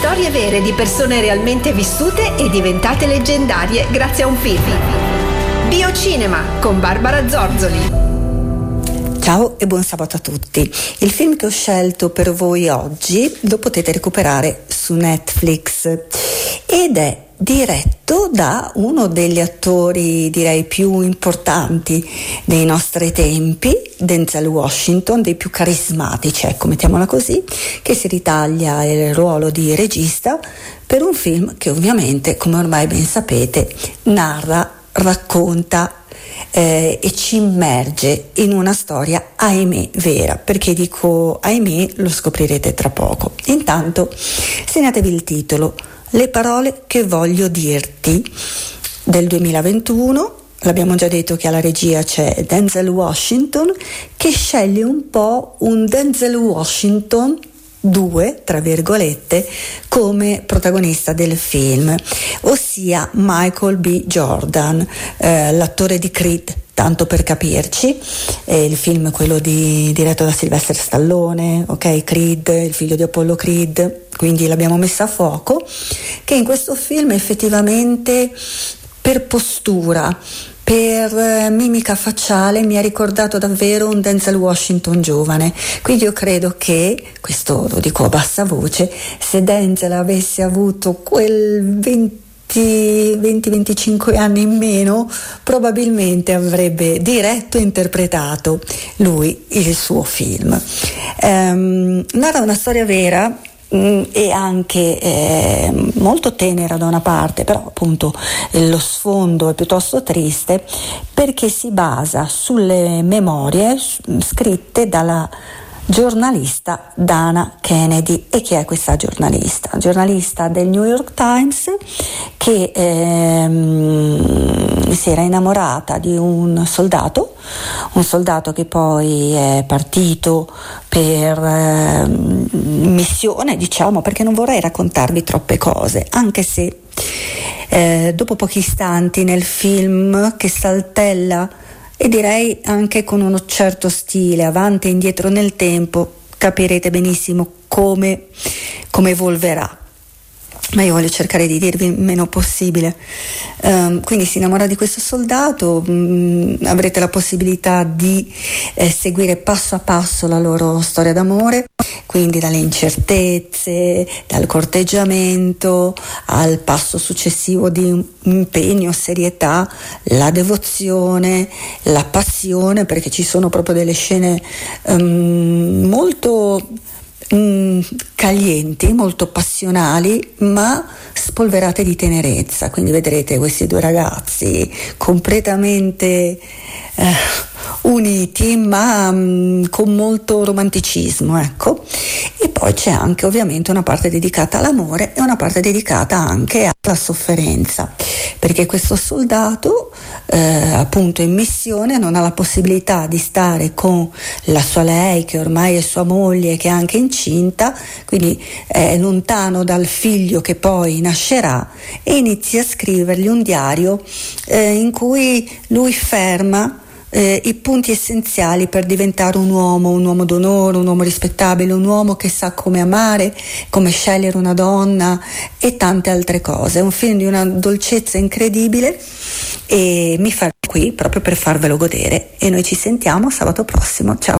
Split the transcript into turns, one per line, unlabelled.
Storie vere di persone realmente vissute e diventate leggendarie grazie a un film. Biocinema con Barbara Zorzoli.
Ciao e buon sabato a tutti. Il film che ho scelto per voi oggi lo potete recuperare su Netflix ed è diretto da uno degli attori direi più importanti dei nostri tempi, Denzel Washington, dei più carismatici, ecco, mettiamola così, che si ritaglia il ruolo di regista per un film che ovviamente, come ormai ben sapete, narra, racconta e ci immerge in una storia, ahimè, vera. Perché dico ahimè, lo scoprirete tra poco. Intanto segnatevi il titolo: Le parole che voglio dirti, del 2021. L'abbiamo già detto che alla regia c'è Denzel Washington, che sceglie un po' un Denzel Washington 2, tra virgolette, come protagonista del film, ossia Michael B. Jordan, l'attore di Creed, tanto per capirci. Il film è quello diretto da Sylvester Stallone, ok, Creed, il figlio di Apollo Creed, quindi l'abbiamo messa a fuoco, che in questo film effettivamente per postura, per mimica facciale mi ha ricordato davvero un Denzel Washington giovane. Quindi io credo che, questo lo dico a bassa voce, se Denzel avesse avuto quel 20-25 anni in meno, probabilmente avrebbe diretto e interpretato lui il suo film. Narra una storia vera e anche molto tenera da una parte, però appunto lo sfondo è piuttosto triste, perché si basa sulle memorie scritte dalla giornalista Dana Kennedy. E chi è questa giornalista? Giornalista del New York Times, che si era innamorata di un soldato che poi è partito per missione, diciamo, perché non vorrei raccontarvi troppe cose, anche se dopo pochi istanti nel film, che saltella e direi anche con uno certo stile avanti e indietro nel tempo, capirete benissimo come evolverà. Ma io voglio cercare di dirvi il meno possibile. Quindi si innamora di questo soldato, avrete la possibilità di seguire passo a passo la loro storia d'amore, quindi dalle incertezze, dal corteggiamento al passo successivo di impegno, serietà, la devozione, la passione, perché ci sono proprio delle scene molto calienti, molto passionali, ma spolverate di tenerezza. Quindi vedrete questi due ragazzi completamente uniti, ma con molto romanticismo, ecco. E poi c'è anche ovviamente una parte dedicata all'amore e una parte dedicata anche alla sofferenza, perché questo soldato appunto in missione non ha la possibilità di stare con la sua lei, che ormai è sua moglie, che è anche incinta, quindi è lontano dal figlio che poi nascerà, e inizia a scrivergli un diario in cui lui ferma i punti essenziali per diventare un uomo d'onore, un uomo rispettabile, un uomo che sa come amare, come scegliere una donna e tante altre cose. È un film di una dolcezza incredibile e mi fermo qui proprio per farvelo godere, e noi ci sentiamo sabato prossimo. Ciao.